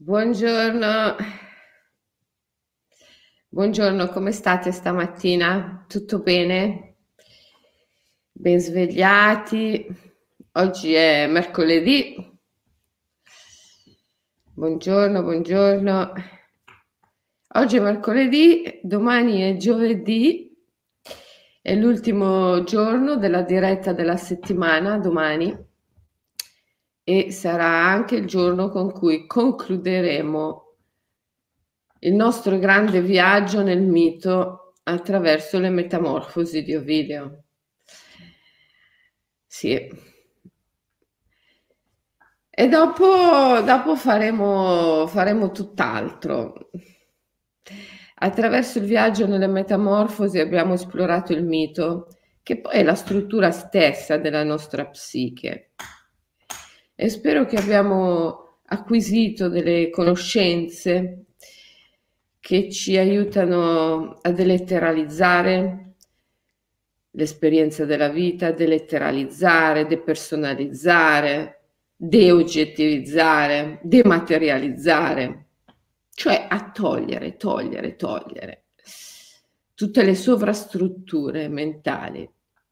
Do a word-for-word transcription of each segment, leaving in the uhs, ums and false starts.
Buongiorno, buongiorno, come state stamattina? Tutto bene? Ben svegliati? Oggi è mercoledì. Buongiorno, buongiorno. Oggi è mercoledì, domani è giovedì, è l'ultimo giorno della diretta della settimana, domani, e sarà anche il giorno con cui concluderemo il nostro grande viaggio nel mito attraverso le metamorfosi di Ovidio. Sì. E dopo, dopo faremo, faremo tutt'altro. Attraverso il viaggio nelle metamorfosi abbiamo esplorato il mito, che poi è la struttura stessa della nostra psiche. E spero che abbiamo acquisito delle conoscenze che ci aiutano a deletteralizzare l'esperienza della vita, deletteralizzare, depersonalizzare, deoggettivizzare, dematerializzare, cioè a togliere, togliere, togliere tutte le sovrastrutture mentali,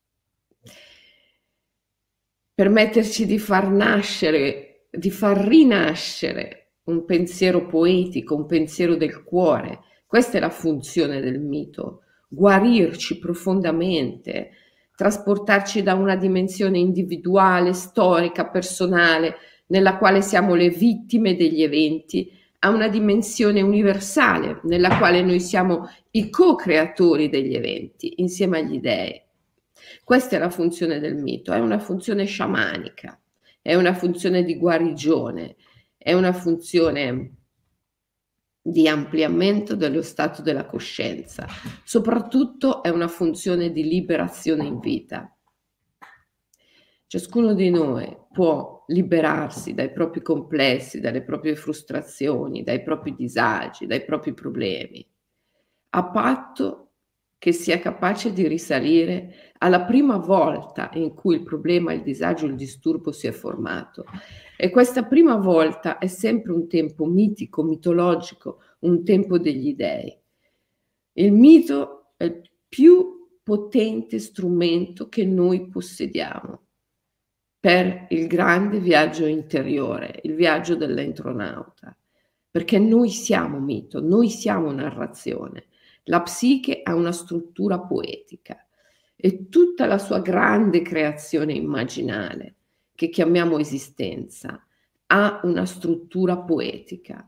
permetterci di far nascere, di far rinascere un pensiero poetico, un pensiero del cuore. Questa è la funzione del mito, guarirci profondamente, trasportarci da una dimensione individuale, storica, personale, nella quale siamo le vittime degli eventi, a una dimensione universale, nella quale noi siamo i co-creatori degli eventi, insieme agli dei. Questa è la funzione del mito, è una funzione sciamanica, è una funzione di guarigione, è una funzione di ampliamento dello stato della coscienza, soprattutto è una funzione di liberazione in vita. Ciascuno di noi può liberarsi dai propri complessi, dalle proprie frustrazioni, dai propri disagi, dai propri problemi, a patto che sia capace di risalire alla prima volta in cui il problema, il disagio, il disturbo si è formato. E questa prima volta è sempre un tempo mitico, mitologico, un tempo degli dei. Il mito è il più potente strumento che noi possediamo per il grande viaggio interiore, il viaggio dell'entronauta, perché noi siamo mito, noi siamo narrazione. La psiche ha una struttura poetica e tutta la sua grande creazione immaginale, che chiamiamo esistenza, ha una struttura poetica.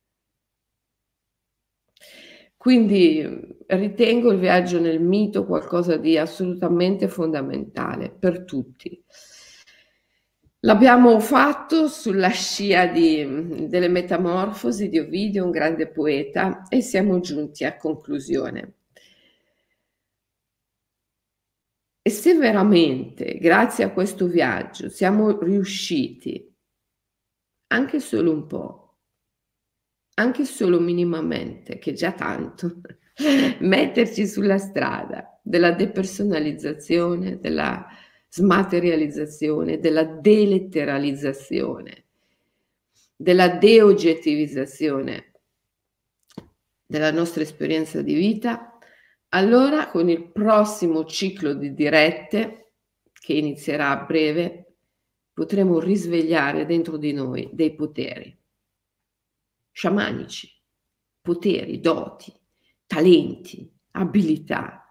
Quindi ritengo il viaggio nel mito qualcosa di assolutamente fondamentale per tutti. L'abbiamo fatto sulla scia di, delle metamorfosi di Ovidio, un grande poeta, e siamo giunti a conclusione. E se veramente, grazie a questo viaggio, siamo riusciti, anche solo un po', anche solo minimamente, che già tanto, metterci sulla strada della depersonalizzazione, della smaterializzazione, della deletteralizzazione, della deoggettivizzazione della nostra esperienza di vita, allora con il prossimo ciclo di dirette, che inizierà a breve, potremo risvegliare dentro di noi dei poteri sciamanici, poteri, doti, talenti, abilità,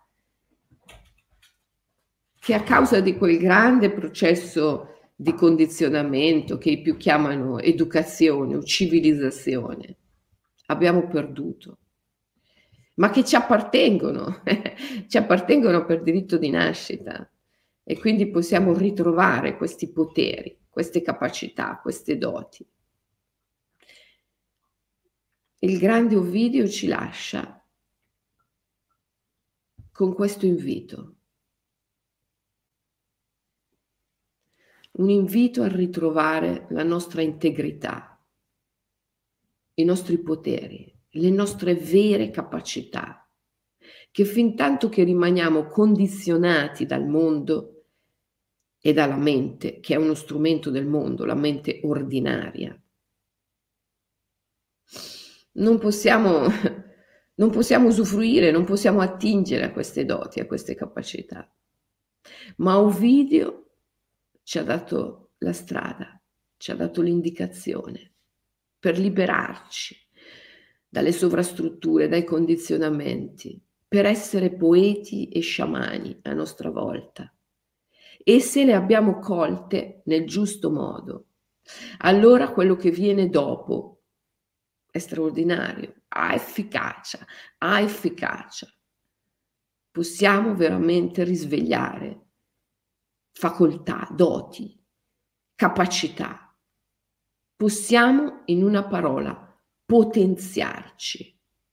che a causa di quel grande processo di condizionamento che i più chiamano educazione o civilizzazione abbiamo perduto, ma che ci appartengono, ci appartengono per diritto di nascita, e quindi possiamo ritrovare questi poteri, queste capacità, queste doti. Il grande Ovidio ci lascia con questo invito, un invito a ritrovare la nostra integrità, i nostri poteri, le nostre vere capacità, che fin tanto che rimaniamo condizionati dal mondo e dalla mente, che è uno strumento del mondo, la mente ordinaria, non possiamo non possiamo usufruire, non possiamo attingere a queste doti, a queste capacità. Ma Ovidio ci ha dato la strada, ci ha dato l'indicazione per liberarci dalle sovrastrutture, dai condizionamenti, per essere poeti e sciamani a nostra volta. E se le abbiamo colte nel giusto modo, allora quello che viene dopo è straordinario, ha efficacia, ha efficacia. Possiamo veramente risvegliare facoltà, doti, capacità. Possiamo, in una parola, potenziarci.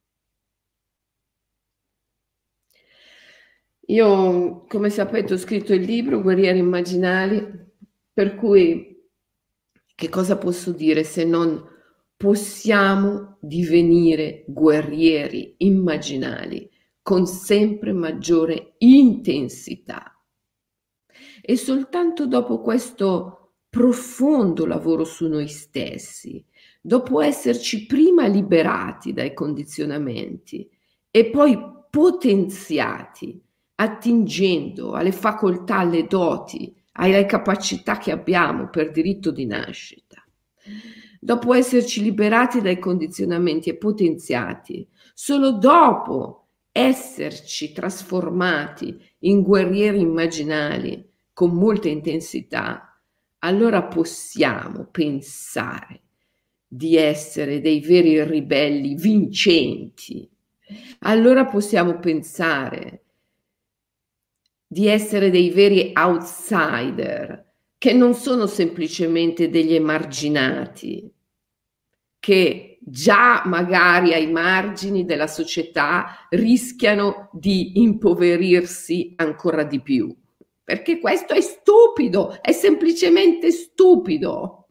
Io, come sapete, ho scritto il libro Guerrieri Immaginali, per cui che cosa posso dire se non possiamo divenire guerrieri immaginali con sempre maggiore intensità. E soltanto dopo questo profondo lavoro su noi stessi, dopo esserci prima liberati dai condizionamenti e poi potenziati, attingendo alle facoltà, alle doti, alle capacità che abbiamo per diritto di nascita, dopo esserci liberati dai condizionamenti e potenziati, solo dopo esserci trasformati in guerrieri immaginali con molta intensità, allora possiamo pensare di essere dei veri ribelli vincenti. Allora possiamo pensare di essere dei veri outsider, che non sono semplicemente degli emarginati, che già magari ai margini della società rischiano di impoverirsi ancora di più. Perché questo è stupido, è semplicemente stupido.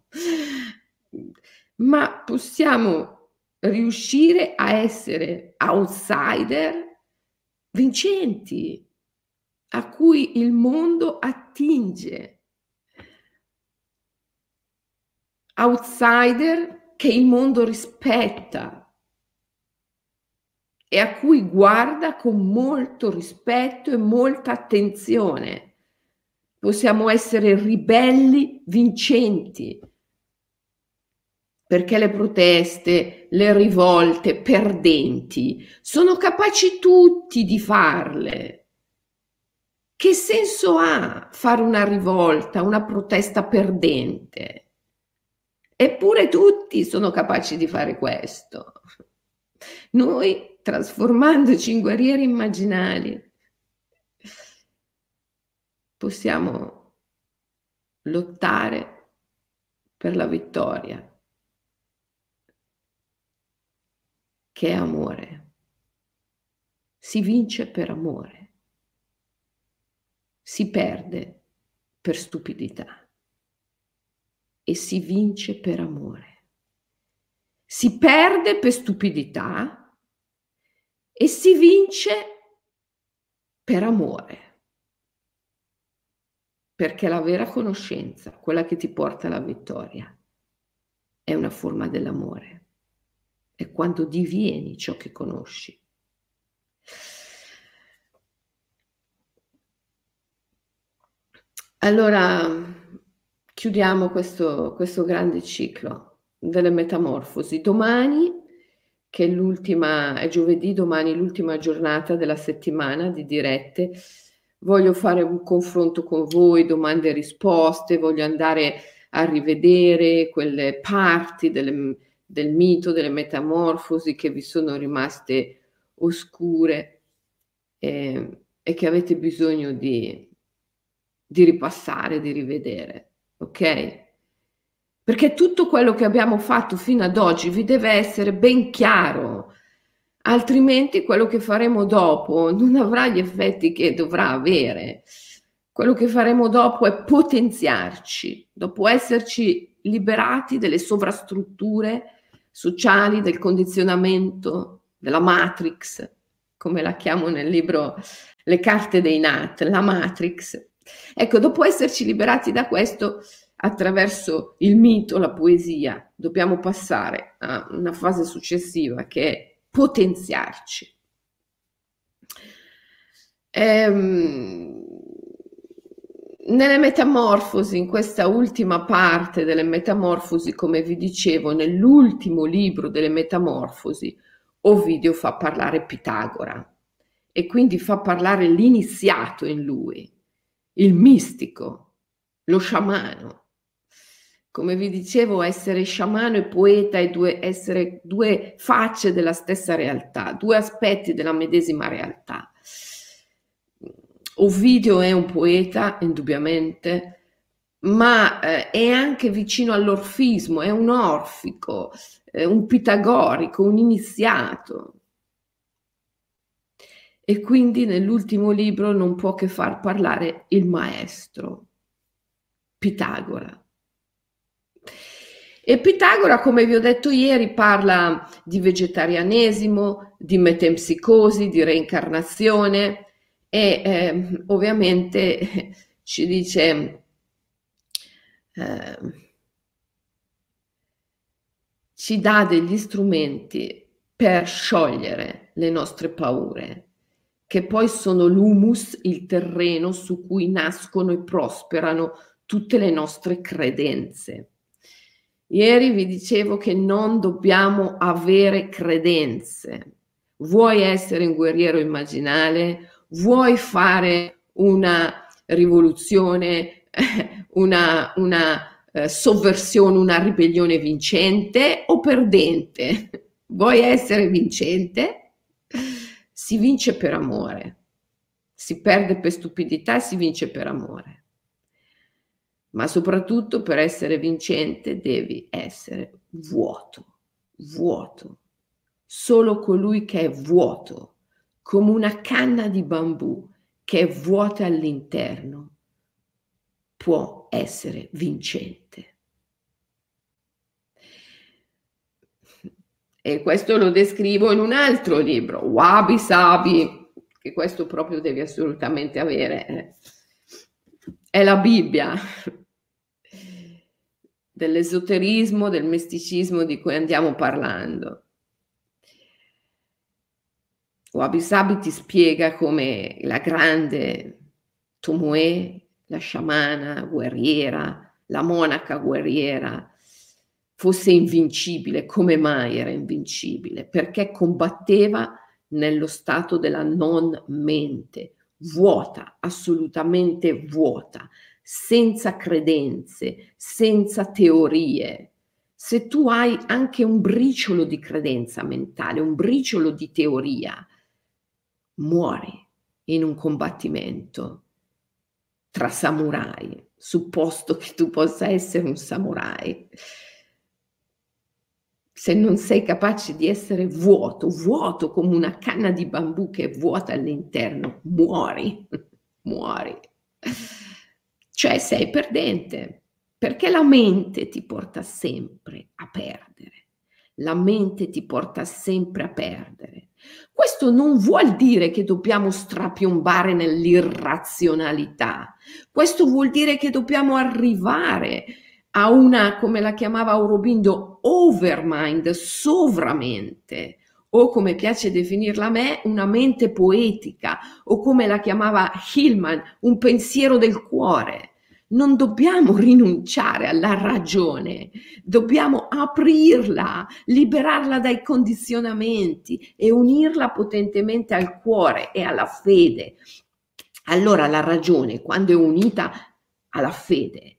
Ma possiamo riuscire a essere outsider vincenti, a cui il mondo attinge. Outsider che il mondo rispetta e a cui guarda con molto rispetto e molta attenzione. Possiamo essere ribelli vincenti, perché le proteste, le rivolte perdenti sono capaci tutti di farle. Che senso ha fare una rivolta, una protesta perdente? Eppure tutti sono capaci di fare questo. Noi, trasformandoci in guerrieri immaginali, possiamo lottare per la vittoria, che è amore. Si vince per amore. Si perde per stupidità e si vince per amore. Si perde per stupidità e si vince per amore. Perché la vera conoscenza, quella che ti porta alla vittoria, è una forma dell'amore. È quando divieni ciò che conosci. Allora, chiudiamo questo, questo grande ciclo delle metamorfosi. Domani, che è l'ultima, è giovedì, domani l'ultima giornata della settimana di dirette, voglio fare un confronto con voi, domande e risposte, voglio andare a rivedere quelle parti delle, del mito delle metamorfosi che vi sono rimaste oscure e, e che avete bisogno di di ripassare, di rivedere, ok? Perché tutto quello che abbiamo fatto fino ad oggi vi deve essere ben chiaro, altrimenti quello che faremo dopo non avrà gli effetti che dovrà avere. Quello che faremo dopo è potenziarci, dopo esserci liberati delle sovrastrutture sociali, del condizionamento, della Matrix, come la chiamo nel libro Le carte dei Nat, la Matrix. Ecco, dopo esserci liberati da questo, attraverso il mito, la poesia, dobbiamo passare a una fase successiva che è potenziarci. Ehm, nelle metamorfosi, in questa ultima parte delle metamorfosi, come vi dicevo, nell'ultimo libro delle metamorfosi, Ovidio fa parlare Pitagora e quindi fa parlare l'iniziato in lui, il mistico, lo sciamano. Come vi dicevo, essere sciamano e poeta è due, essere due facce della stessa realtà, due aspetti della medesima realtà. Ovidio è un poeta, indubbiamente, ma eh, è anche vicino all'orfismo, è un orfico, eh, un pitagorico, un iniziato. E quindi nell'ultimo libro non può che far parlare il maestro, Pitagora. E Pitagora, come vi ho detto ieri, parla di vegetarianesimo, di metempsicosi, di reincarnazione e eh, ovviamente ci dice, eh, ci dà degli strumenti per sciogliere le nostre paure, che poi sono l'humus, il terreno su cui nascono e prosperano tutte le nostre credenze. Ieri vi dicevo che non dobbiamo avere credenze. Vuoi essere un guerriero immaginale? Vuoi fare una rivoluzione, una, una eh, sovversione, una ribellione vincente o perdente? Vuoi essere vincente? Si vince per amore, si perde per stupidità e si vince per amore. Ma soprattutto per essere vincente devi essere vuoto, vuoto. Solo colui che è vuoto, come una canna di bambù che è vuota all'interno, può essere vincente. E questo lo descrivo in un altro libro, Wabi Sabi, che questo proprio devi assolutamente avere. È la Bibbia dell'esoterismo, del misticismo di cui andiamo parlando. Wabi Sabi ti spiega come la grande Tomoe, la sciamana guerriera, la monaca guerriera, fosse invincibile. Come mai era invincibile? Perché combatteva nello stato della non mente, vuota, assolutamente vuota, senza credenze, senza teorie. Se tu hai anche un briciolo di credenza mentale, un briciolo di teoria, muori in un combattimento tra samurai, supposto che tu possa essere un samurai. Se non sei capace di essere vuoto, vuoto come una canna di bambù che è vuota all'interno, muori, muori. Cioè sei perdente, perché la mente ti porta sempre a perdere. La mente ti porta sempre a perdere. Questo non vuol dire che dobbiamo strapiombare nell'irrazionalità. Questo vuol dire che dobbiamo arrivare a una, come la chiamava Aurobindo, overmind, sovramente, o come piace definirla a me, una mente poetica, o come la chiamava Hillman, un pensiero del cuore. Non dobbiamo rinunciare alla ragione, dobbiamo aprirla, liberarla dai condizionamenti e unirla potentemente al cuore e alla fede. Allora la ragione, quando è unita alla fede,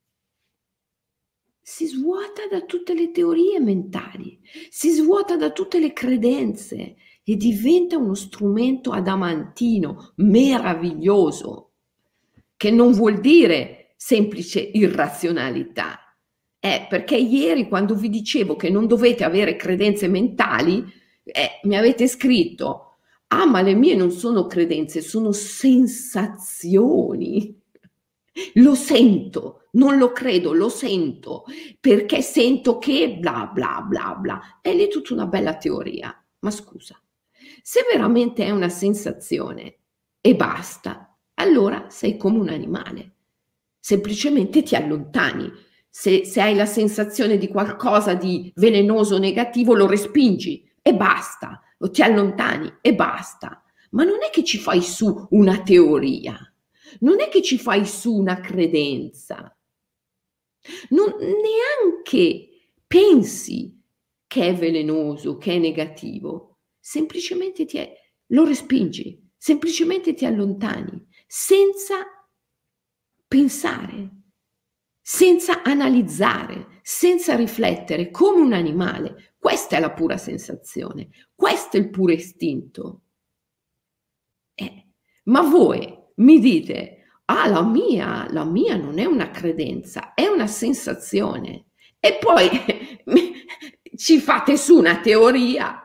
si svuota da tutte le teorie mentali, si svuota da tutte le credenze e diventa uno strumento adamantino, meraviglioso, che non vuol dire semplice irrazionalità. Eh, perché ieri quando vi dicevo che non dovete avere credenze mentali, eh, mi avete scritto, ah ma le mie non sono credenze, sono sensazioni. Lo sento, non lo credo, lo sento, perché sento che bla bla bla bla. E lì è tutta una bella teoria. Ma scusa, se veramente è una sensazione e basta, allora sei come un animale. semplicemente ti allontani. Se, se hai la sensazione di qualcosa di velenoso o negativo, lo respingi e basta, o ti allontani e basta. Ma non è che ci fai su una teoria, non è che ci fai su una credenza, non, neanche pensi che è velenoso, che è negativo, semplicemente ti è, lo respingi, semplicemente ti allontani, senza pensare, senza analizzare, senza riflettere, come un animale. Questa è la pura sensazione, questo è il puro istinto. Eh, ma voi mi dite, ah, la mia, la mia non è una credenza, è una sensazione. E poi ci fate su una teoria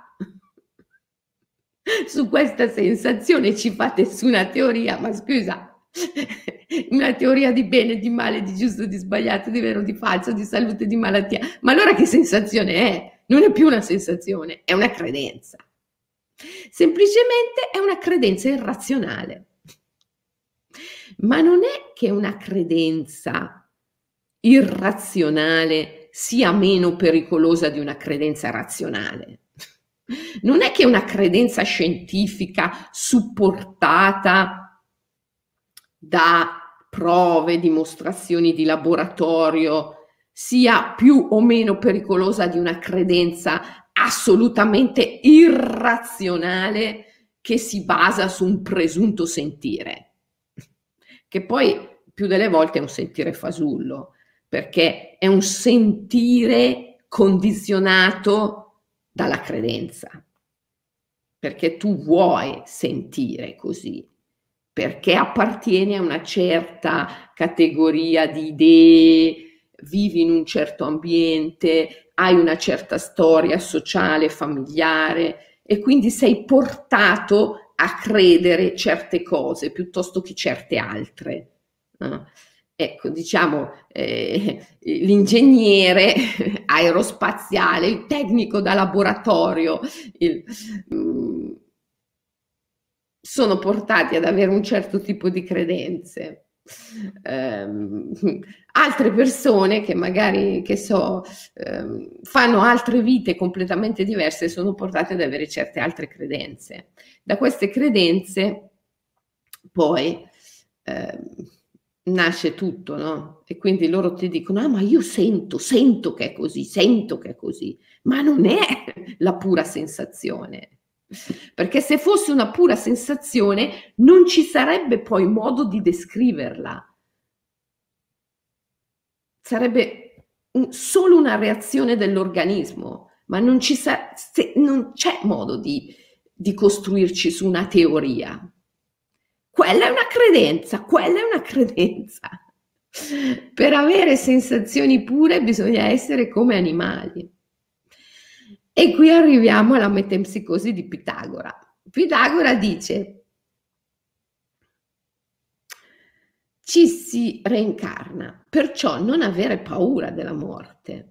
su questa sensazione, ci fate su una teoria, ma scusa, una teoria di bene, di male, di giusto, di sbagliato, di vero, di falso, di salute, di malattia. Ma allora che sensazione è? Non è più una sensazione, è una credenza. Semplicemente è una credenza irrazionale. Ma non è che una credenza irrazionale sia meno pericolosa di una credenza razionale. Non è che una credenza scientifica supportata da prove, dimostrazioni di laboratorio sia più o meno pericolosa di una credenza assolutamente irrazionale che si basa su un presunto sentire, che poi più delle volte è un sentire fasullo, perché è un sentire condizionato dalla credenza, perché tu vuoi sentire così, perché appartieni a una certa categoria di idee, vivi in un certo ambiente, hai una certa storia sociale, familiare e quindi sei portato a credere certe cose piuttosto che certe altre. No? Ecco, diciamo, eh, l'ingegnere aerospaziale, il tecnico da laboratorio, il, mm, sono portati ad avere un certo tipo di credenze. Um, altre persone che magari, che so, um, fanno altre vite completamente diverse sono portate ad avere certe altre credenze. Da queste credenze poi um, nasce tutto, no? E quindi loro ti dicono, ah, ma io sento, sento che è così, sento che è così, ma non è la pura sensazione. Perché se fosse una pura sensazione non ci sarebbe poi modo di descriverla. Sarebbe un, solo una reazione dell'organismo, ma non, ci sa, se, non c'è modo di, di costruirci su una teoria. Quella è una credenza, quella è una credenza. Per avere sensazioni pure bisogna essere come animali. E qui arriviamo alla metempsicosi di Pitagora. Pitagora dice, ci si reincarna, perciò non avere paura della morte.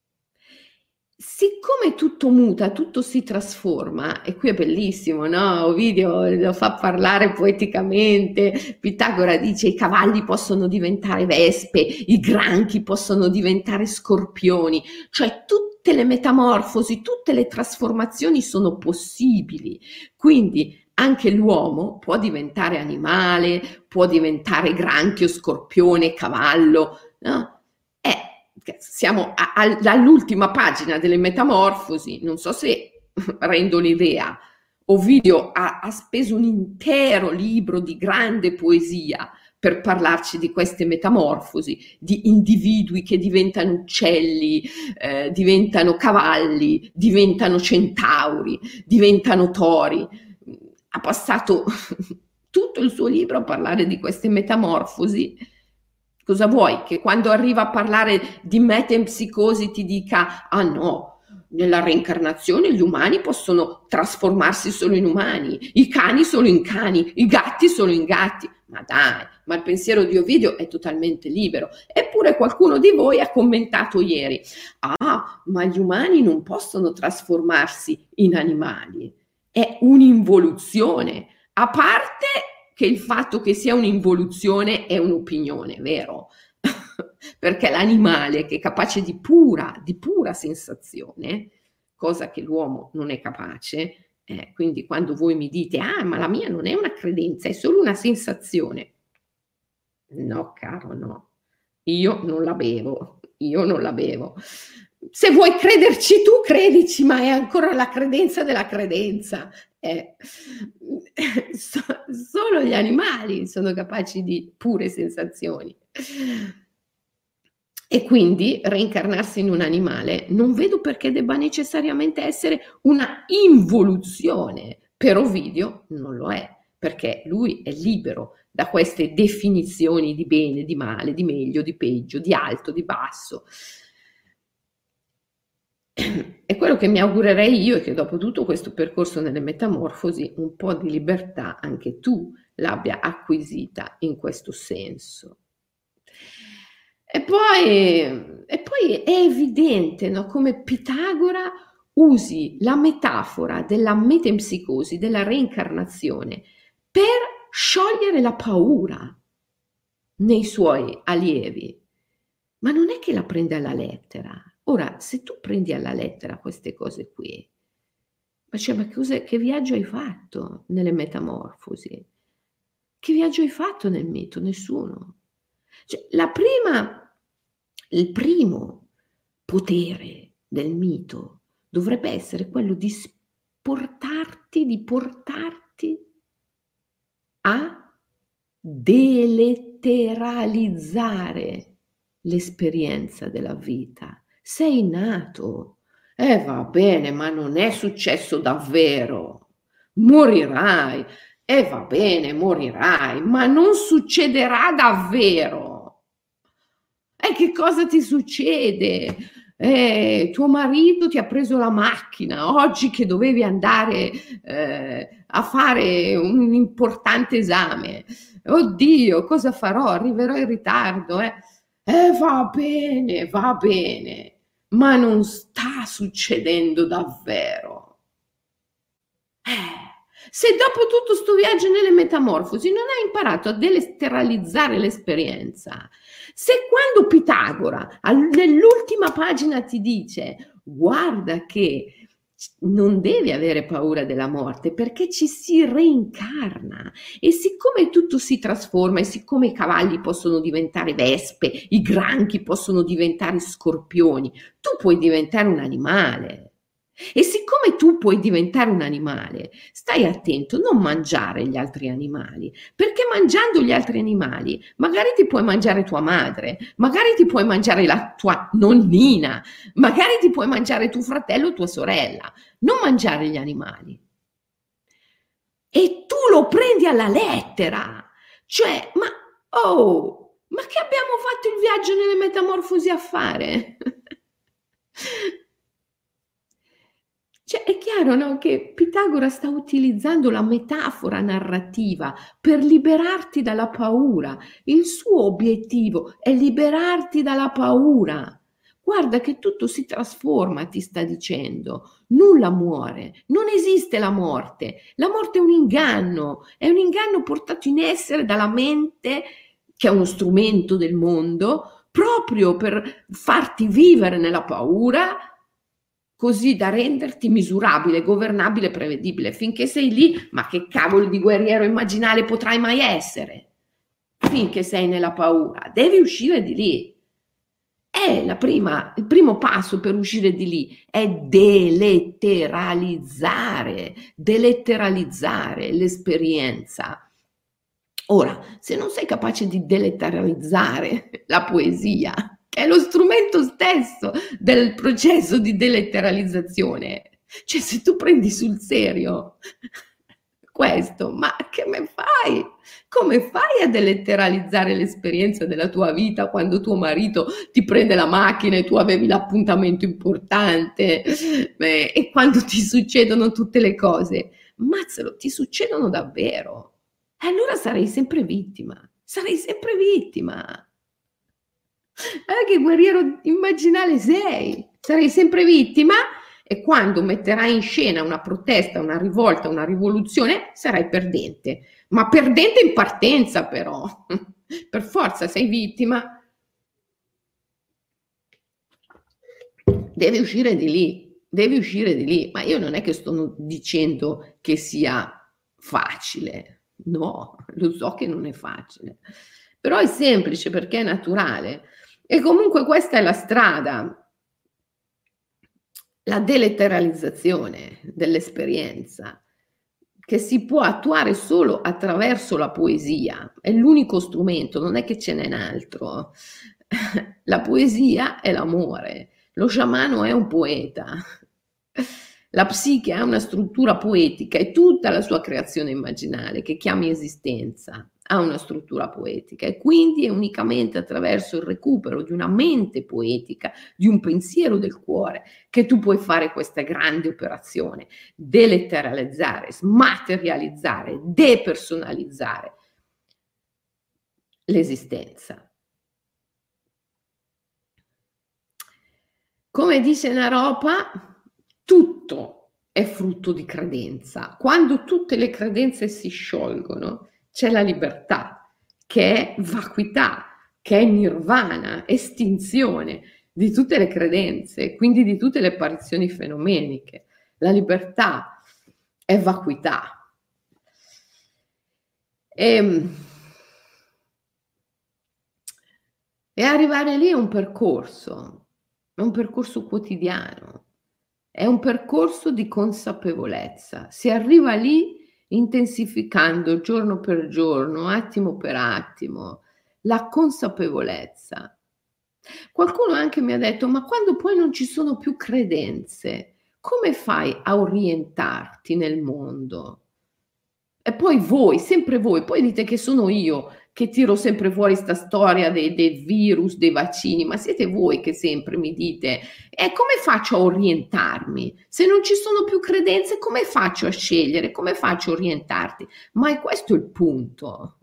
Siccome tutto muta, tutto si trasforma, e qui è bellissimo, no? Ovidio lo fa parlare poeticamente, Pitagora dice i cavalli possono diventare vespe, i granchi possono diventare scorpioni, cioè tutte le metamorfosi, tutte le trasformazioni sono possibili, quindi anche l'uomo può diventare animale, può diventare granchio, scorpione, cavallo, no? Siamo all'ultima pagina delle Metamorfosi, non so se rendo l'idea. Ovidio ha, ha speso un intero libro di grande poesia per parlarci di queste metamorfosi, di individui che diventano uccelli, eh, diventano cavalli, diventano centauri, diventano tori. Ha passato tutto il suo libro a parlare di queste metamorfosi. Cosa vuoi? Che quando arriva a parlare di metempsicosi ti dica, ah no, nella reincarnazione gli umani possono trasformarsi solo in umani, i cani solo in cani, i gatti solo in gatti. Ma dai, ma il pensiero di Ovidio è totalmente libero. Eppure qualcuno di voi ha commentato ieri, ah, ma gli umani non possono trasformarsi in animali, è un'involuzione, a parte che il fatto che sia un'involuzione è un'opinione, vero? Perché l'animale che è capace di pura, di pura sensazione, cosa che l'uomo non è capace, eh, quindi quando voi mi dite: "Ah, ma la mia non è una credenza, è solo una sensazione". No caro, no. Io non la bevo, io non la bevo. Se vuoi crederci tu, credici, ma è ancora la credenza della credenza. Eh, so solo gli animali sono capaci di pure sensazioni. E quindi reincarnarsi in un animale non vedo perché debba necessariamente essere una involuzione. Per Ovidio non lo è, perché lui è libero da queste definizioni di bene, di male, di meglio, di peggio, di alto, di basso. E quello che mi augurerei io è che dopo tutto questo percorso nelle metamorfosi un po' di libertà anche tu l'abbia acquisita in questo senso. E poi e poi è evidente, no, come Pitagora usi la metafora della metempsicosi, della reincarnazione, per sciogliere la paura nei suoi allievi. Ma non è che la prende alla lettera. Ora, se tu prendi alla lettera queste cose qui, ma cioè, ma cos'è, che viaggio hai fatto nelle metamorfosi? Che viaggio hai fatto nel mito? Nessuno. Cioè, la prima, il primo potere del mito dovrebbe essere quello di portarti, di portarti a deletteralizzare l'esperienza della vita. Sei nato, eh va bene, ma non è successo davvero. Morirai, eh va bene, morirai, ma non succederà davvero. E che cosa ti succede? Eh, tuo marito ti ha preso la macchina oggi che dovevi andare eh, a fare un importante esame. Oddio, cosa farò? Arriverò in ritardo. Eh, eh va bene, va bene, ma non sta succedendo davvero. Eh. Se dopo tutto sto viaggio nelle metamorfosi non hai imparato a deletteralizzare l'esperienza, se quando Pitagora nell'ultima pagina ti dice guarda che non devi avere paura della morte perché ci si reincarna e siccome tutto si trasforma e siccome i cavalli possono diventare vespe, i granchi possono diventare scorpioni, tu puoi diventare un animale. E siccome tu puoi diventare un animale, stai attento, non mangiare gli altri animali, perché mangiando gli altri animali magari ti puoi mangiare tua madre, magari ti puoi mangiare la tua nonnina, magari ti puoi mangiare tuo fratello o tua sorella, non mangiare gli animali. E tu lo prendi alla lettera, cioè, ma oh, ma che abbiamo fatto il viaggio nelle metamorfosi a fare? Cioè, è chiaro, no, che Pitagora sta utilizzando la metafora narrativa per liberarti dalla paura. Il suo obiettivo è liberarti dalla paura. Guarda che tutto si trasforma, ti sta dicendo. Nulla muore, non esiste la morte. La morte è un inganno, è un inganno portato in essere dalla mente, che è uno strumento del mondo, proprio per farti vivere nella paura, così da renderti misurabile, governabile, prevedibile. Finché sei lì, ma che cavolo di guerriero immaginale potrai mai essere? Finché sei nella paura, devi uscire di lì. È la prima, il primo passo per uscire di lì è deletteralizzare, deletteralizzare l'esperienza. Ora, se non sei capace di deletteralizzare la poesia, che è lo strumento stesso del processo di deletteralizzazione, cioè se tu prendi sul serio questo, ma che me fai? Come fai a deletteralizzare l'esperienza della tua vita quando tuo marito ti prende la macchina e tu avevi l'appuntamento importante eh, e quando ti succedono tutte le cose? Mazzalo, ti succedono davvero. E allora sarei sempre vittima, sarei sempre vittima. Eh, che guerriero immaginale sei, sarei sempre vittima E quando metterai in scena una protesta, una rivolta, una rivoluzione, sarai perdente. Ma perdente in partenza però. Per forza sei vittima. Devi uscire di lì, devi uscire di lì. Ma io non è che sto dicendo che sia facile. No, lo so che non è facile. Però è semplice perché è naturale. E comunque questa è la strada. La deleteralizzazione dell'esperienza, che si può attuare solo attraverso la poesia, è l'unico strumento, non è che ce n'è un altro. La poesia è l'amore, lo sciamano è un poeta, la psiche ha una struttura poetica e tutta la sua creazione immaginale, che chiami esistenza, ha una struttura poetica e quindi è unicamente attraverso il recupero di una mente poetica, di un pensiero del cuore, che tu puoi fare questa grande operazione, deleteralizzare, smaterializzare, depersonalizzare l'esistenza. Come dice Naropa, tutto è frutto di credenza. Quando tutte le credenze si sciolgono, c'è la libertà, che è vacuità, che è nirvana, estinzione di tutte le credenze, quindi di tutte le apparizioni fenomeniche. La libertà è vacuità. E, e arrivare lì è un percorso, è un percorso quotidiano, è un percorso di consapevolezza. Si arriva lì intensificando giorno per giorno, attimo per attimo, la consapevolezza. Qualcuno anche mi ha detto: ma quando poi non ci sono più credenze, come fai a orientarti nel mondo? E poi voi, sempre voi, poi dite che sono io che tiro sempre fuori sta storia dei, dei virus, dei vaccini, ma siete voi che sempre mi dite: e come faccio a orientarmi? Se non ci sono più credenze, come faccio a scegliere? Come faccio a orientarti? Ma è questo il punto.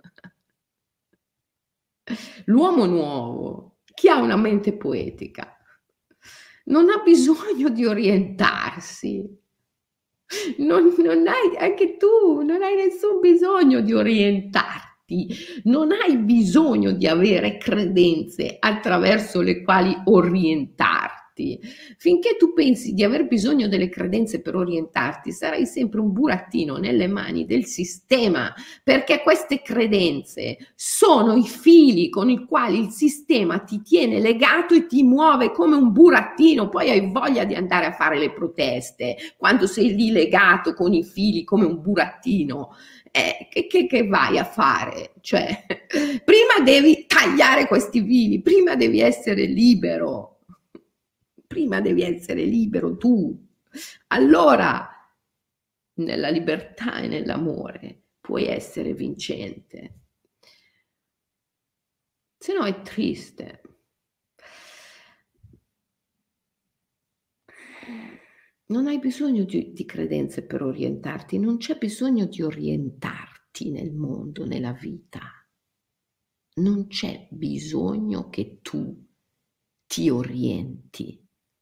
L'uomo nuovo, chi ha una mente poetica, non ha bisogno di orientarsi. Non, non hai, anche tu, non hai nessun bisogno di orientarti, non hai bisogno di avere credenze attraverso le quali orientarti. Finché tu pensi di aver bisogno delle credenze per orientarti, sarai sempre un burattino nelle mani del sistema, perché queste credenze sono i fili con i quali il sistema ti tiene legato e ti muove come un burattino. Poi hai voglia di andare a fare le proteste quando sei lì legato con i fili come un burattino. Eh, che, che, che vai a fare? Cioè, prima devi tagliare questi fili, prima devi essere libero. Prima devi essere libero tu. Allora, nella libertà e nell'amore puoi essere vincente. Se no è triste. Non hai bisogno di, di credenze per orientarti, non c'è bisogno di orientarti nel mondo, nella vita. Non c'è bisogno che tu ti orienti.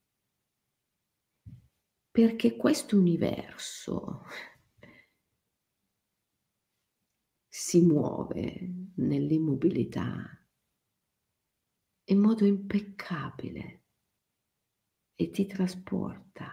Perché questo universo si muove nell'immobilità in modo impeccabile e ti trasporta.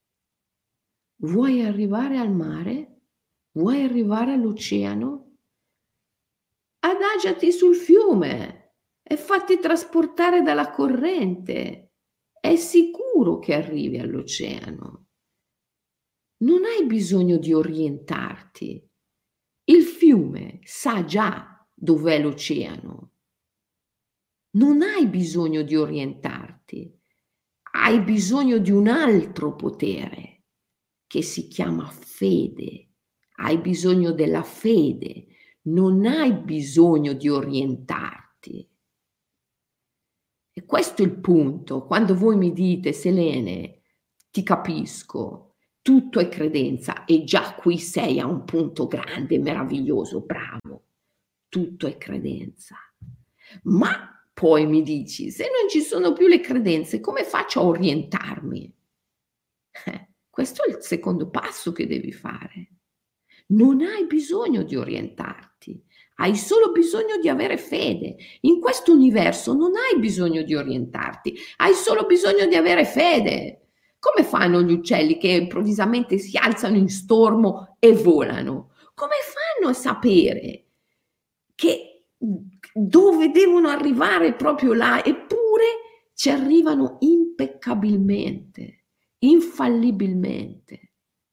Vuoi arrivare al mare? Vuoi arrivare all'oceano? Adagiati sul fiume e fatti trasportare dalla corrente. È sicuro che arrivi all'oceano. Non hai bisogno di orientarti. Il fiume sa già dov'è l'oceano. Non hai bisogno di orientarti. Hai bisogno di un altro potere che si chiama fede. Hai bisogno della fede. Non hai bisogno di orientarti. E questo è il punto. Quando voi mi dite: Selene, ti capisco, tutto è credenza, e già qui sei a un punto grande, meraviglioso, bravo. Tutto è credenza. Ma poi mi dici: se non ci sono più le credenze, come faccio a orientarmi? Questo è il secondo passo che devi fare. Non hai bisogno di orientarti, hai solo bisogno di avere fede. In questo universo non hai bisogno di orientarti, hai solo bisogno di avere fede. Come fanno gli uccelli che improvvisamente si alzano in stormo e volano? Come fanno a sapere che dove devono arrivare proprio là, eppure ci arrivano impeccabilmente, infallibilmente?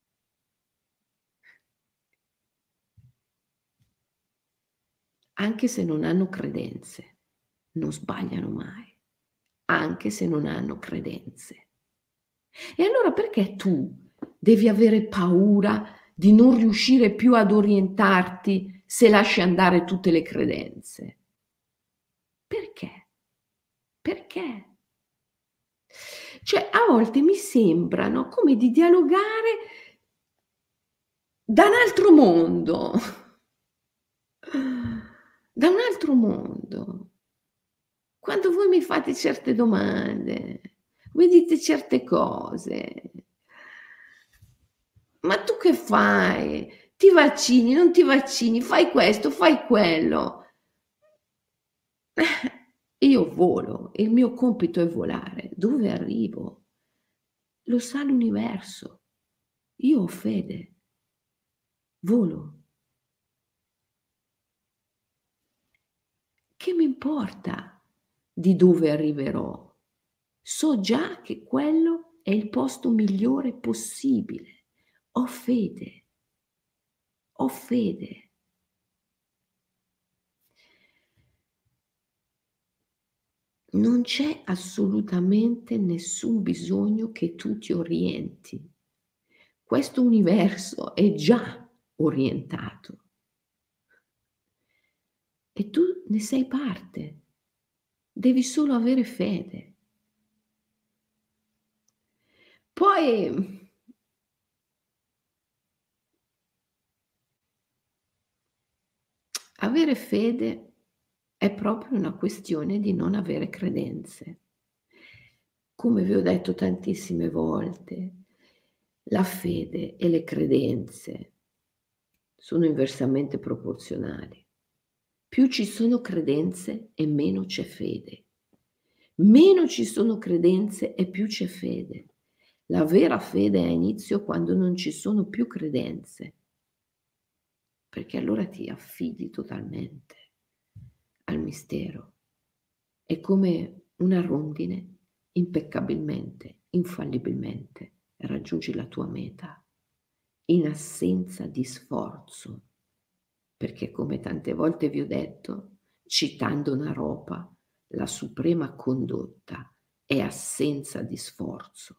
Anche se non hanno credenze, non sbagliano mai, anche se non hanno credenze. E allora perché tu devi avere paura di non riuscire più ad orientarti se lasci andare tutte le credenze? Perché? Perché? Cioè, a volte mi sembrano come di dialogare da un altro mondo, da un altro mondo. Quando voi mi fate certe domande, mi dite certe cose. Ma tu che fai? Ti vaccini, non ti vaccini, fai questo, fai quello. Io volo, il mio compito è volare. Dove arrivo? Lo sa l'universo. Io ho fede. Volo. Che mi importa di dove arriverò? So già che quello è il posto migliore possibile. Ho fede. Ho fede. Non c'è assolutamente nessun bisogno che tu ti orienti. Questo universo è già orientato. E tu ne sei parte. Devi solo avere fede. Poi avere fede è proprio una questione di non avere credenze. Come vi ho detto tantissime volte, la fede e le credenze sono inversamente proporzionali. Più ci sono credenze e meno c'è fede. Meno ci sono credenze e più c'è fede. La vera fede ha inizio quando non ci sono più credenze, perché allora ti affidi totalmente al mistero. È come una rondine, impeccabilmente, infallibilmente raggiungi la tua meta, in assenza di sforzo, perché come tante volte vi ho detto, citando Naropa, la suprema condotta è assenza di sforzo.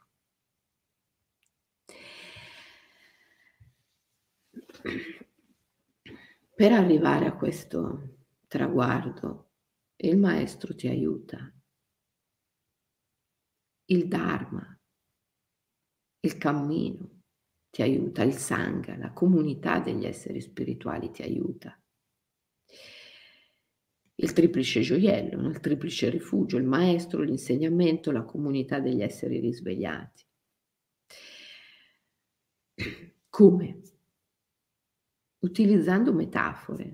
Per arrivare a questo traguardo, il maestro ti aiuta, il Dharma, il cammino ti aiuta, il Sangha, la comunità degli esseri spirituali ti aiuta. Il triplice gioiello, il triplice rifugio, il maestro, l'insegnamento, la comunità degli esseri risvegliati. Come? Utilizzando metafore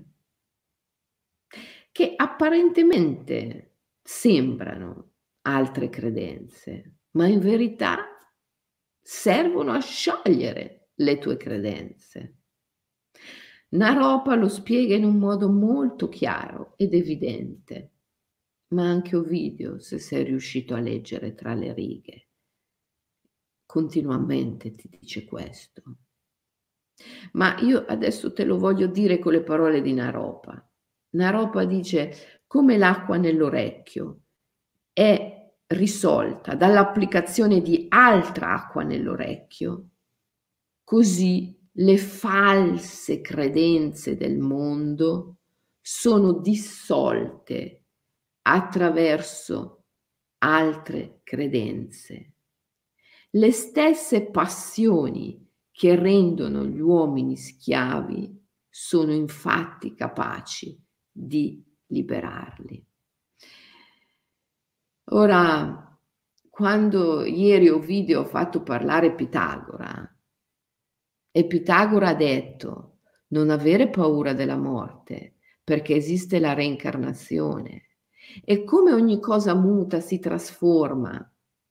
che apparentemente sembrano altre credenze, ma in verità servono a sciogliere le tue credenze. Naropa lo spiega in un modo molto chiaro ed evidente, ma anche Ovidio, se sei riuscito a leggere tra le righe, continuamente ti dice questo. Ma io adesso te lo voglio dire con le parole di Naropa. Naropa dice: come l'acqua nell'orecchio è risolta dall'applicazione di altra acqua nell'orecchio, così le false credenze del mondo sono dissolte attraverso altre credenze. Le stesse passioni che rendono gli uomini schiavi sono infatti capaci di liberarli. Ora, quando ieri Ovidio ha fatto parlare Pitagora e Pitagora ha detto: "Non avere paura della morte, perché esiste la reincarnazione e come ogni cosa muta si trasforma"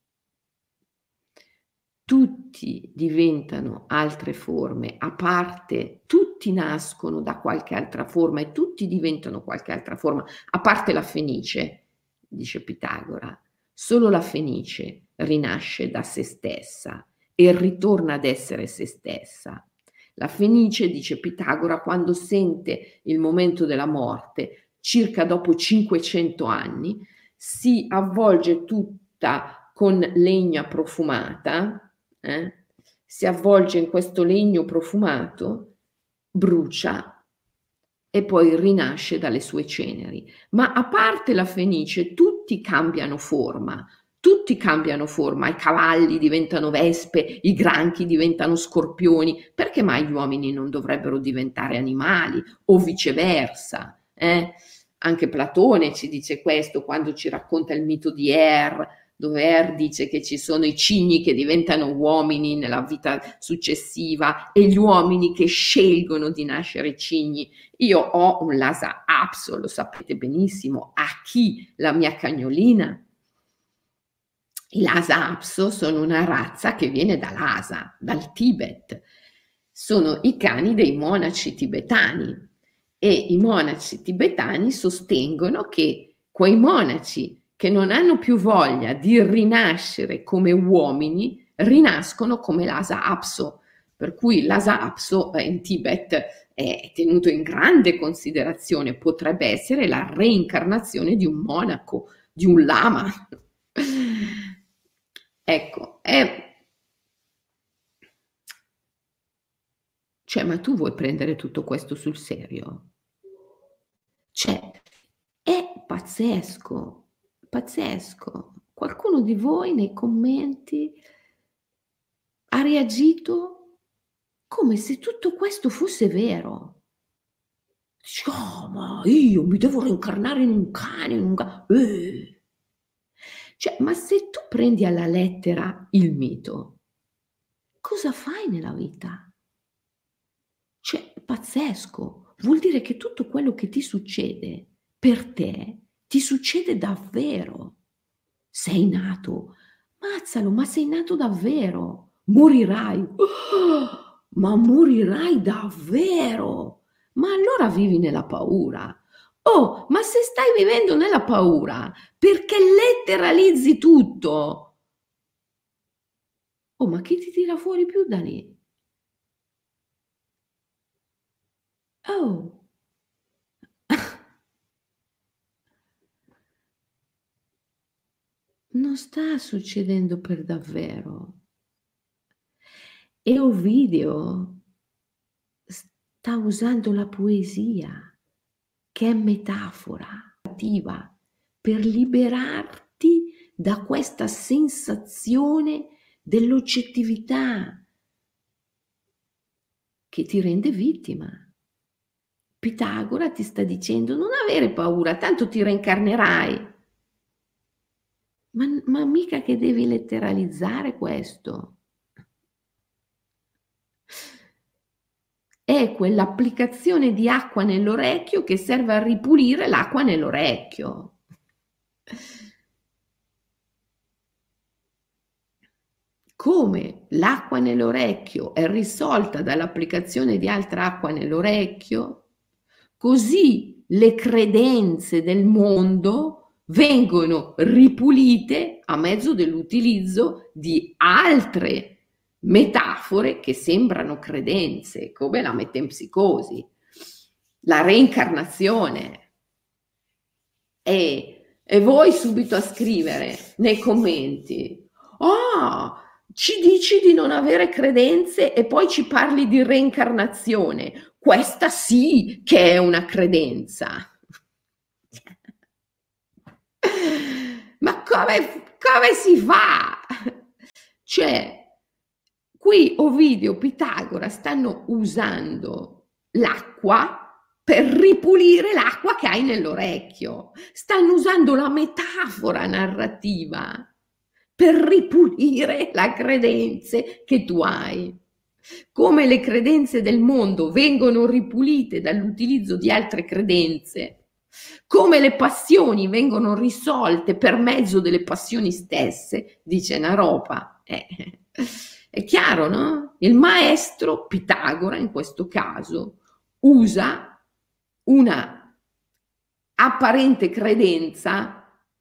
tutti diventano altre forme, a parte tutti nascono da qualche altra forma e tutti diventano qualche altra forma, a parte la fenice, dice Pitagora. Solo la fenice rinasce da se stessa e ritorna ad essere se stessa. La fenice, dice Pitagora, quando sente il momento della morte, circa dopo cinquecento anni, si avvolge tutta con legna profumata, eh, si avvolge in questo legno profumato, brucia e poi rinasce dalle sue ceneri. Ma a parte la fenice, tutti cambiano forma, tutti cambiano forma, i cavalli diventano vespe, i granchi diventano scorpioni, perché mai gli uomini non dovrebbero diventare animali o viceversa? Eh? Anche Platone ci dice questo quando ci racconta il mito di Er, dove Er dice che ci sono i cigni che diventano uomini nella vita successiva e gli uomini che scelgono di nascere cigni. Io ho un Lhasa Apso, lo sapete benissimo, a chi? La mia cagnolina. I Lhasa Apso sono una razza che viene da Lhasa, dal Tibet. Sono i cani dei monaci tibetani e i monaci tibetani sostengono che quei monaci che non hanno più voglia di rinascere come uomini rinascono come Lhasa Apso, per cui Lhasa Apso eh, in Tibet è tenuto in grande considerazione, potrebbe essere la reincarnazione di un monaco, di un lama. Ecco, è... cioè, ma tu vuoi prendere tutto questo sul serio? Cioè, è pazzesco, pazzesco. Qualcuno di voi nei commenti ha reagito come se tutto questo fosse vero. Dici, oh, ma io mi devo reincarnare in un cane, in un gatto. Eh. Cioè, ma se tu prendi alla lettera il mito, cosa fai nella vita? Cioè, pazzesco. Vuol dire che tutto quello che ti succede per te, ti succede davvero. Sei nato, mazzalo, ma sei nato davvero. Morirai, oh, ma morirai davvero. Ma allora vivi nella paura. Oh, ma se stai vivendo nella paura, perché letteralizzi tutto? Oh, ma chi ti tira fuori più da lì? Oh. Non sta succedendo per davvero. E Ovidio sta usando la poesia, che è metafora, per liberarti da questa sensazione dell'oggettività che ti rende vittima. Pitagora ti sta dicendo non avere paura, tanto ti reincarnerai. Ma, ma mica che devi letteralizzare questo. È quell'applicazione di acqua nell'orecchio che serve a ripulire l'acqua nell'orecchio. Come l'acqua nell'orecchio è risolta dall'applicazione di altra acqua nell'orecchio, così le credenze del mondo vengono ripulite a mezzo dell'utilizzo di altre metafore che sembrano credenze, come la metempsicosi, la reincarnazione. E, e voi subito a scrivere nei commenti, ah, ci dici di non avere credenze e poi ci parli di reincarnazione. Questa sì che è una credenza. Ma come, come si fa? Cioè, qui Ovidio, Pitagora stanno usando l'acqua per ripulire l'acqua che hai nell'orecchio. Stanno usando la metafora narrativa per ripulire le credenze che tu hai. Come le credenze del mondo vengono ripulite dall'utilizzo di altre credenze, come le passioni vengono risolte per mezzo delle passioni stesse, dice Naropa. Eh, è chiaro, no? Il maestro Pitagora, in questo caso, usa una apparente credenza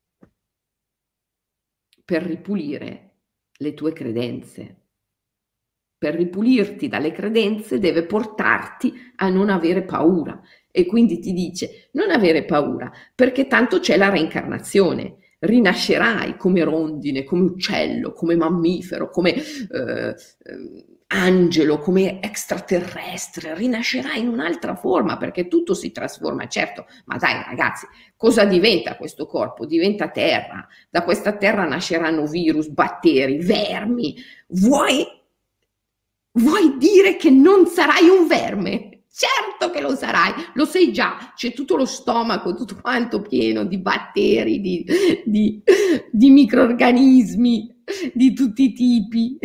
per ripulire le tue credenze. Per ripulirti dalle credenze deve portarti a non avere paura, e quindi ti dice non avere paura perché tanto c'è la reincarnazione, rinascerai come rondine, come uccello, come mammifero, come eh, eh, angelo, come extraterrestre, rinascerai in un'altra forma perché tutto si trasforma, certo, ma dai ragazzi, cosa diventa questo corpo? Diventa terra, da questa terra nasceranno virus, batteri, vermi, vuoi Vuoi dire che non sarai un verme? Certo che lo sarai, lo sei già, c'è tutto lo stomaco, tutto quanto pieno di batteri, di, di, di microrganismi di tutti i tipi.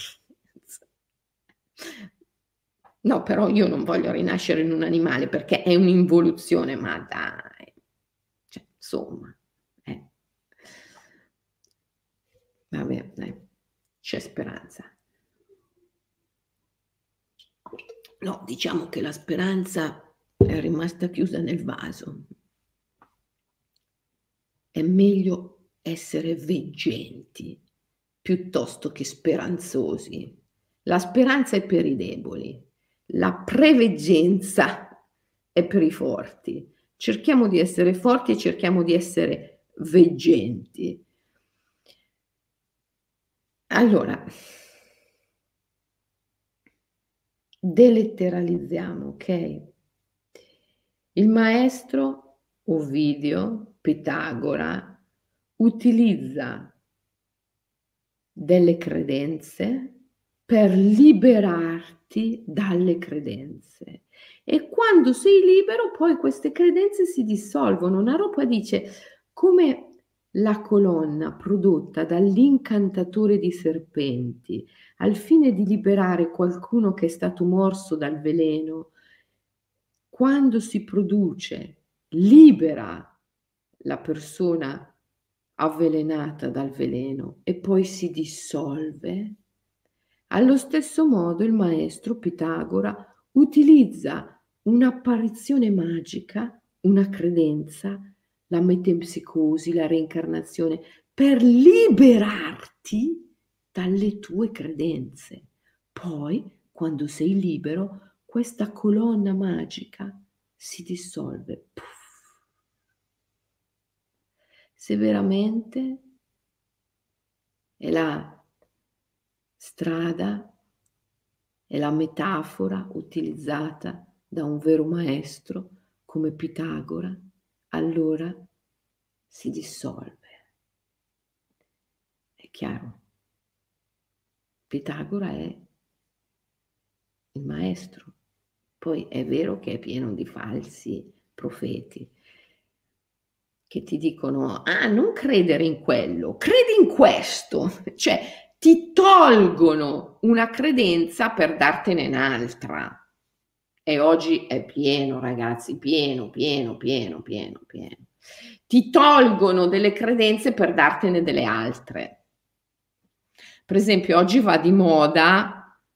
No, però io non voglio rinascere in un animale perché è un'involuzione, ma dai, cioè, insomma, eh. Vabbè, dai, c'è speranza. No, diciamo che la speranza è rimasta chiusa nel vaso. È meglio essere veggenti piuttosto che speranzosi. La speranza è per i deboli, la preveggenza è per i forti. Cerchiamo di essere forti e cerchiamo di essere veggenti. Allora, deletteralizziamo, ok? Il maestro Ovidio, Pitagora, utilizza delle credenze per liberarti dalle credenze. E quando sei libero, poi queste credenze si dissolvono. Naropa dice, come la colonna prodotta dall'incantatore di serpenti al fine di liberare qualcuno che è stato morso dal veleno, quando si produce, libera la persona avvelenata dal veleno e poi si dissolve. Allo stesso modo il maestro Pitagora utilizza un'apparizione magica, una credenza, la metempsicosi, la reincarnazione, per liberarti dalle tue credenze. Poi, quando sei libero, questa colonna magica si dissolve. Puff. Se veramente è la strada, è la metafora utilizzata da un vero maestro come Pitagora, allora si dissolve. È chiaro? Pitagora è il maestro. Poi è vero che è pieno di falsi profeti che ti dicono, ah, non credere in quello, credi in questo, cioè ti tolgono una credenza per dartene un'altra. E oggi è pieno, ragazzi, pieno, pieno, pieno, pieno, pieno. Ti tolgono delle credenze per dartene delle altre. Per esempio, oggi va di moda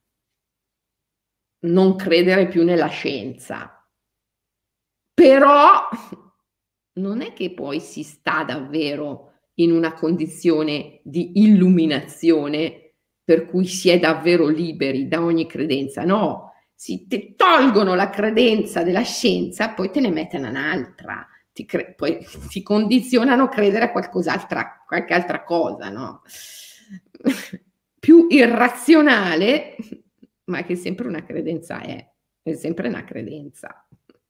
non credere più nella scienza, però non è che poi si sta davvero in una condizione di illuminazione per cui si è davvero liberi da ogni credenza, no, si ti tolgono la credenza della scienza, poi te ne mettono un'altra, ti cre- poi ti condizionano a credere a qualcos'altra, qualche altra cosa, no? Più irrazionale, ma che sempre una credenza è, è sempre una credenza.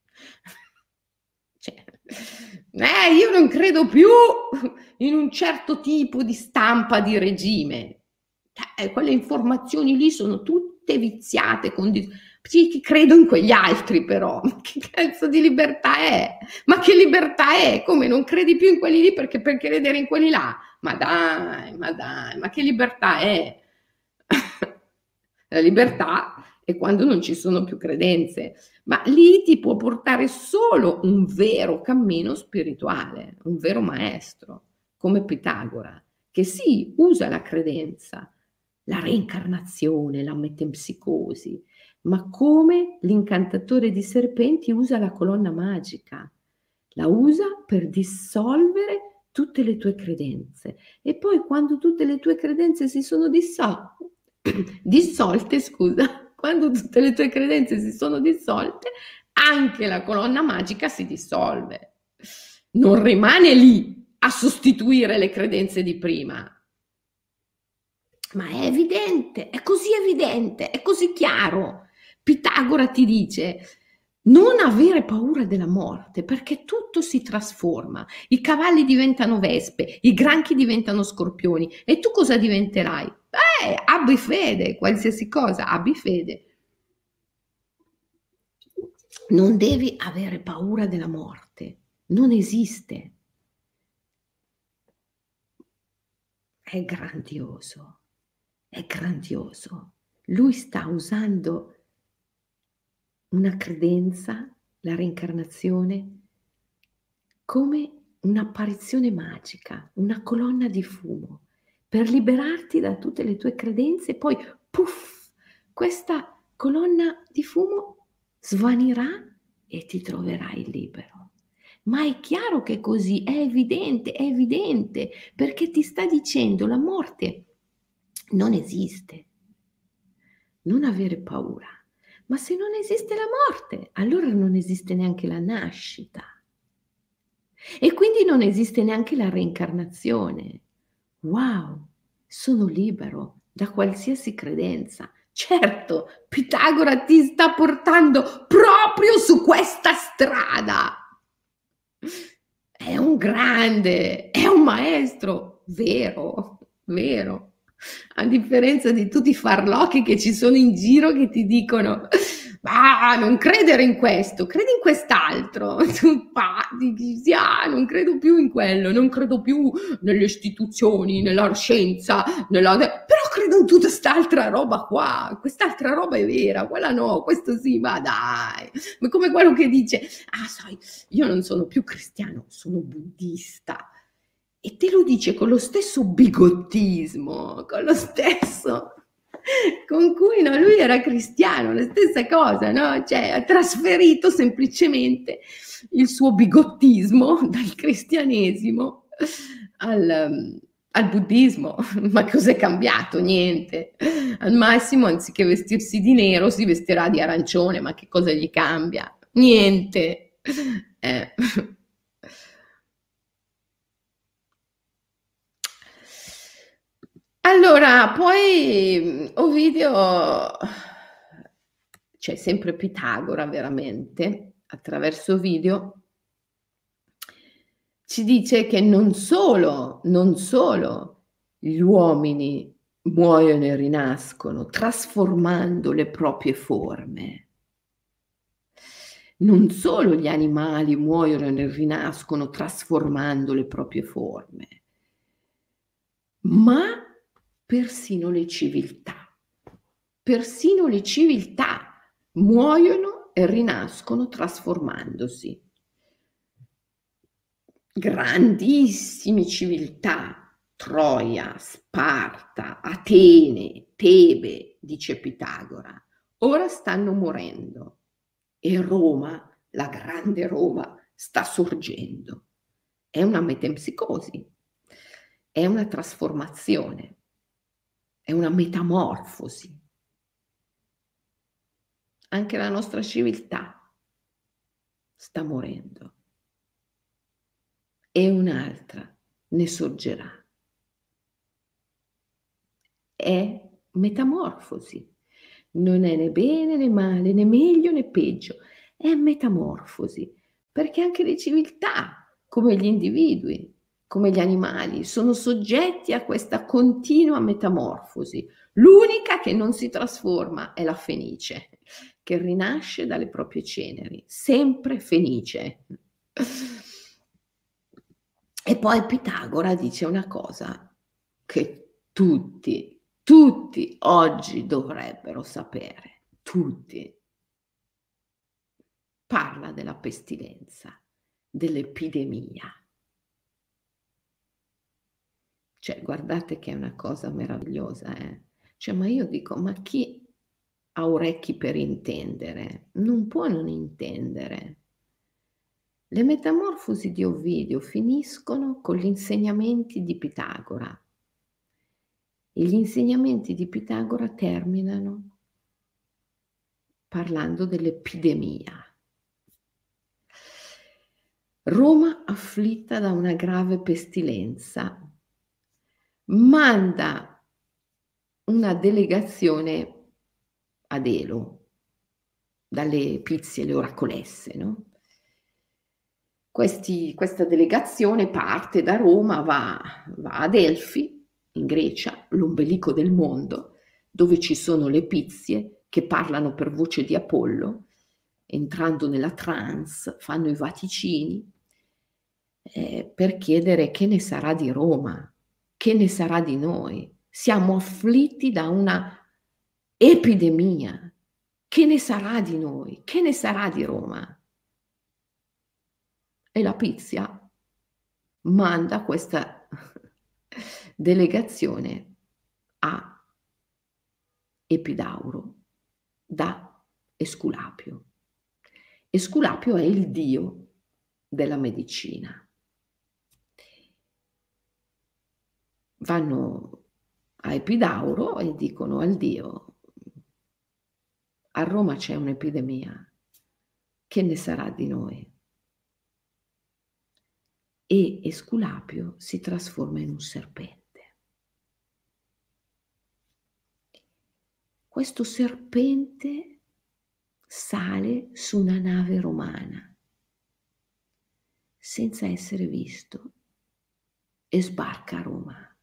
Cioè, eh, io non credo più in un certo tipo di stampa di regime. Eh, quelle informazioni lì sono tutte viziate, condi- sì, credo in quegli altri però, ma che cazzo di libertà è? Ma che libertà è? Come non credi più in quelli lì perché per credere in quelli là? ma dai, ma dai, ma che libertà è? La libertà è quando non ci sono più credenze, ma lì ti può portare solo un vero cammino spirituale, un vero maestro, come Pitagora, che sì, usa la credenza, la reincarnazione, la metempsicosi, ma come l'incantatore di serpenti usa la colonna magica, la usa per dissolvere tutte le tue credenze e poi quando tutte le tue credenze si sono dissolte, dissolte, scusa, quando tutte le tue credenze si sono dissolte, anche la colonna magica si dissolve. Non rimane lì a sostituire le credenze di prima. Ma è evidente, è così evidente, è così chiaro. Pitagora ti dice: non avere paura della morte, perché tutto si trasforma. I cavalli diventano vespe, i granchi diventano scorpioni e tu cosa diventerai? Eh, abbi fede, qualsiasi cosa, abbi fede. Non devi avere paura della morte, non esiste. È grandioso, è grandioso. Lui sta usando una credenza, la reincarnazione, come un'apparizione magica, una colonna di fumo, per liberarti da tutte le tue credenze e poi, puff, questa colonna di fumo svanirà e ti troverai libero. Ma è chiaro che è così, è evidente, è evidente, perché ti sta dicendo la morte non esiste. Non avere paura. Ma se non esiste la morte, allora non esiste neanche la nascita. E quindi non esiste neanche la reincarnazione. Wow, sono libero da qualsiasi credenza. Certo, Pitagora ti sta portando proprio su questa strada. È un grande, è un maestro, vero, vero. A differenza di tutti i farlocchi che ci sono in giro che ti dicono: ah, non credere in questo, credi in quest'altro. Tu pa, dici, ah, non credo più in quello, non credo più nelle istituzioni, nella scienza, nella... però credo in tutta quest'altra roba qua. Quest'altra roba è vera, quella no, questo sì, ma dai. Ma come quello che dice: ah, sai, io non sono più cristiano, sono buddista. E te lo dice con lo stesso bigottismo, con lo stesso con cui no, lui era cristiano, la stessa cosa, no? Cioè ha trasferito semplicemente il suo bigottismo dal cristianesimo al, al buddismo. Ma cos'è cambiato? Niente. Al massimo, anziché vestirsi di nero, si vestirà di arancione, ma che cosa gli cambia? Niente. Eh. Allora, poi Ovidio, c'è sempre Pitagora veramente, attraverso Ovidio, ci dice che non solo, non solo gli uomini muoiono e rinascono trasformando le proprie forme, non solo gli animali muoiono e rinascono trasformando le proprie forme, ma persino le civiltà, persino le civiltà muoiono e rinascono trasformandosi. Grandissime civiltà, Troia, Sparta, Atene, Tebe, dice Pitagora, ora stanno morendo e Roma, la grande Roma, sta sorgendo. È una metempsicosi, è una trasformazione, è una metamorfosi. Anche la nostra civiltà sta morendo e un'altra ne sorgerà. È metamorfosi, non è né bene né male, né meglio né peggio, è metamorfosi, perché anche le civiltà, come gli individui, come gli animali, sono soggetti a questa continua metamorfosi. L'unica che non si trasforma è la fenice, che rinasce dalle proprie ceneri, sempre fenice. E poi Pitagora dice una cosa che tutti, tutti oggi dovrebbero sapere, tutti. Parla della pestilenza, dell'epidemia. Cioè, guardate che è una cosa meravigliosa, eh. Cioè, ma io dico: "Ma chi ha orecchi per intendere, non può non intendere". Le Metamorfosi di Ovidio finiscono con gli insegnamenti di Pitagora e gli insegnamenti di Pitagora terminano parlando dell'epidemia. Roma afflitta da una grave pestilenza manda una delegazione ad Elo, dalle Pizie, le oracolesse, no? Questi questa delegazione parte da Roma, va va a Delfi, in Grecia, l'ombelico del mondo, dove ci sono le Pizie che parlano per voce di Apollo, entrando nella trance, fanno i vaticini, ehm, per chiedere che ne sarà di Roma, che ne sarà di noi. Siamo afflitti da una epidemia. Che ne sarà di noi? Che ne sarà di Roma? E la Pizia manda questa delegazione a Epidauro da Esculapio. Esculapio è il dio della medicina. Vanno a Epidauro e dicono al dio: "A Roma c'è un'epidemia, che ne sarà di noi?" E Esculapio si trasforma in un serpente. Questo serpente sale su una nave romana senza essere visto e sbarca a Roma.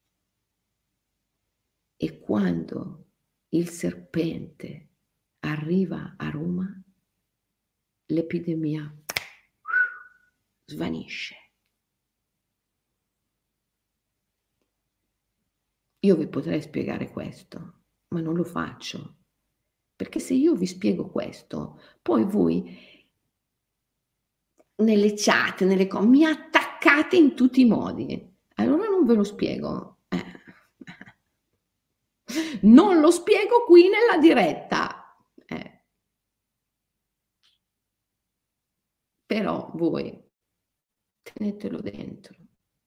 E quando il serpente arriva a Roma, l'epidemia svanisce. Io vi potrei spiegare questo, ma non lo faccio, perché se io vi spiego questo, poi voi nelle chat, nelle co mi attaccate in tutti i modi. Allora non ve lo spiego. Eh. Non lo spiego qui nella diretta. Eh. Però voi tenetelo dentro.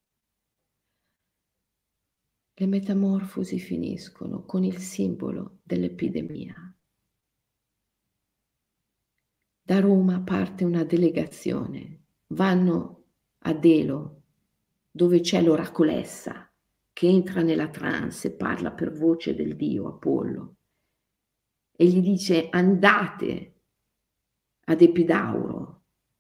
Le Metamorfosi finiscono con il simbolo dell'epidemia. Da Roma parte una delegazione, vanno ad Elo, dove c'è l'oracolessa che entra nella trance e parla per voce del dio Apollo e gli dice: "Andate ad Epidauro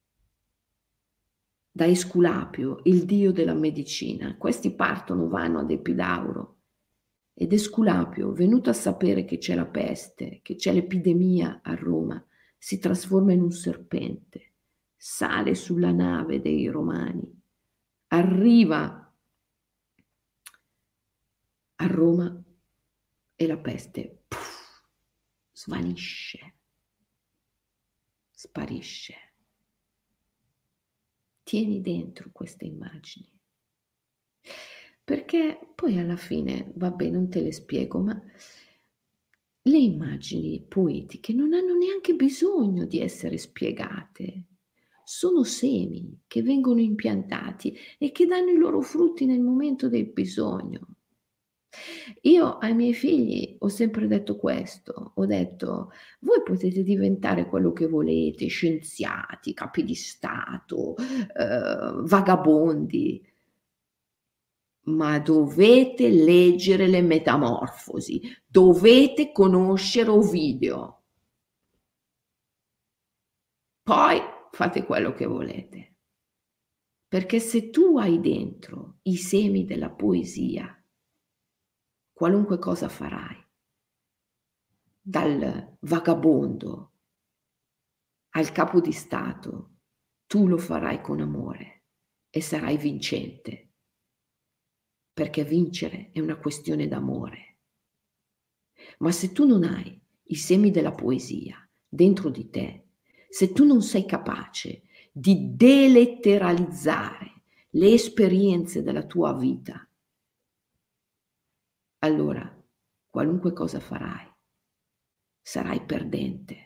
da Esculapio, il dio della medicina". Questi partono, vanno ad Epidauro ed Esculapio, venuto a sapere che c'è la peste, che c'è l'epidemia a Roma, si trasforma in un serpente, sale sulla nave dei Romani, arriva a Roma e la peste puff, svanisce, sparisce. Tieni dentro queste immagini, perché poi alla fine, vabbè, non te le spiego, ma le immagini poetiche non hanno neanche bisogno di essere spiegate. Sono semi che vengono impiantati e che danno i loro frutti nel momento del bisogno. Io ai miei figli ho sempre detto questo, ho detto: "Voi potete diventare quello che volete, scienziati, capi di stato, uhm, vagabondi, ma dovete leggere le Metamorfosi, dovete conoscere Ovidio. Poi fate quello che volete". Perché se tu hai dentro i semi della poesia, qualunque cosa farai, dal vagabondo al capo di stato, tu lo farai con amore. e sarai vincente, perché vincere è una questione d'amore. Ma se tu non hai i semi della poesia dentro di te, se tu non sei capace di deletteralizzare le esperienze della tua vita, allora qualunque cosa farai, sarai perdente.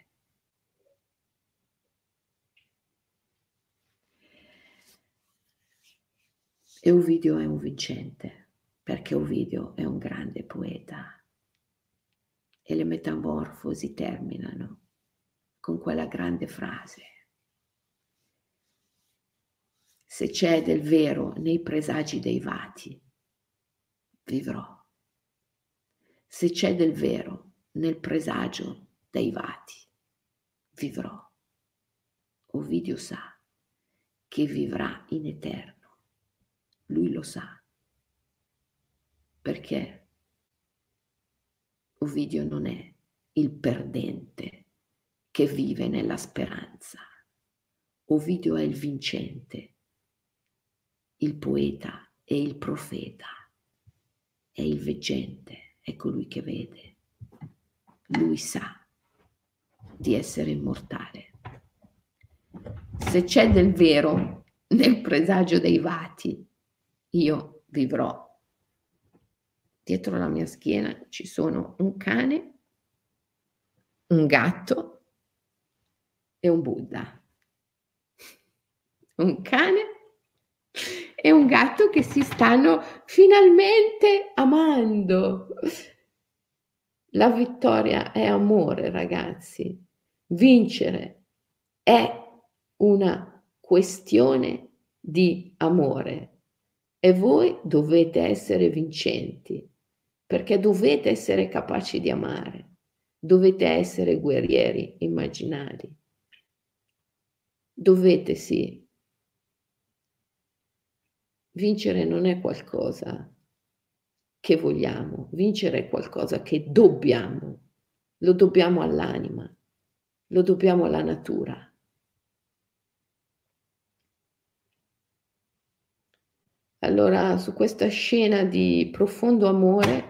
E Ovidio è un vincente, perché Ovidio è un grande poeta e le metamorfosi terminano con quella grande frase: se c'è del vero nei presagi dei vati, vivrò. Se c'è del vero nel presagio dei vati, vivrò. Ovidio sa che vivrà in eterno, lui lo sa, perché Ovidio non è il perdente che vive nella speranza. Ovidio è il vincente, il poeta e il profeta, è il veggente, è colui che vede. Lui sa di essere immortale. Se c'è del vero nel presagio dei vati, io vivrò. Dietro la mia schiena ci sono un cane, un gatto e un Buddha. Un cane e un gatto che si stanno finalmente amando. La vittoria è amore, ragazzi. Vincere è una questione di amore e voi dovete essere vincenti, perché dovete essere capaci di amare, dovete essere guerrieri immaginari. Dovete, sì. Vincere non è qualcosa che vogliamo, vincere è qualcosa che dobbiamo, lo dobbiamo all'anima, lo dobbiamo alla natura. Allora, su questa scena di profondo amore,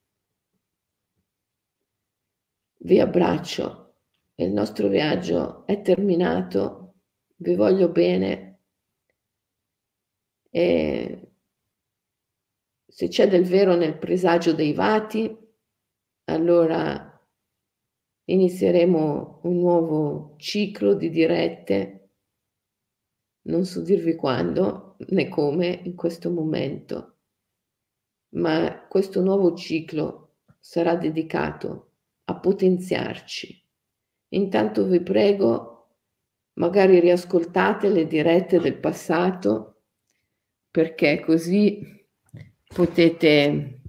vi abbraccio, il nostro viaggio è terminato, vi voglio bene e se c'è del vero nel presagio dei vati, allora inizieremo un nuovo ciclo di dirette, non so dirvi quando né come in questo momento, ma questo nuovo ciclo sarà dedicato a potenziarci. Intanto vi prego, magari riascoltate le dirette del passato, perché così potete,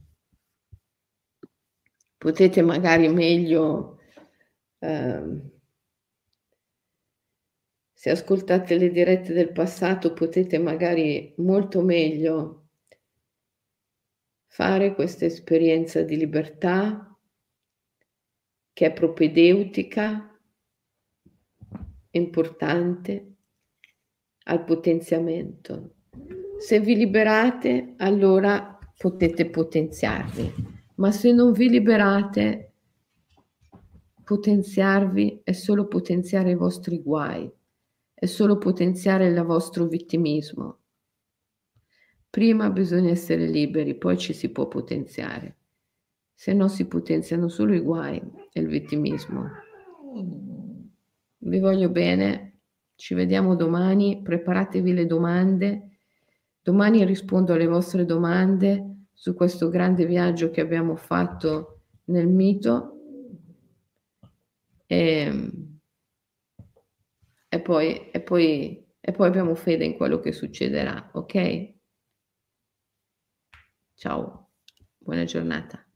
potete magari meglio, eh, se ascoltate le dirette del passato, potete magari molto meglio fare questa esperienza di libertà che è propedeutica, importante al potenziamento. Se vi liberate, allora potete potenziarvi, ma se non vi liberate, potenziarvi è solo potenziare i vostri guai, è solo potenziare il vostro vittimismo. Prima bisogna essere liberi, poi ci si può potenziare. Se no si potenziano solo i guai e il vittimismo. Vi voglio bene, ci vediamo domani, preparatevi le domande. Domani rispondo alle vostre domande su questo grande viaggio che abbiamo fatto nel mito e, e, poi, e, poi, e poi abbiamo fede in quello che succederà, ok? Ciao, buona giornata.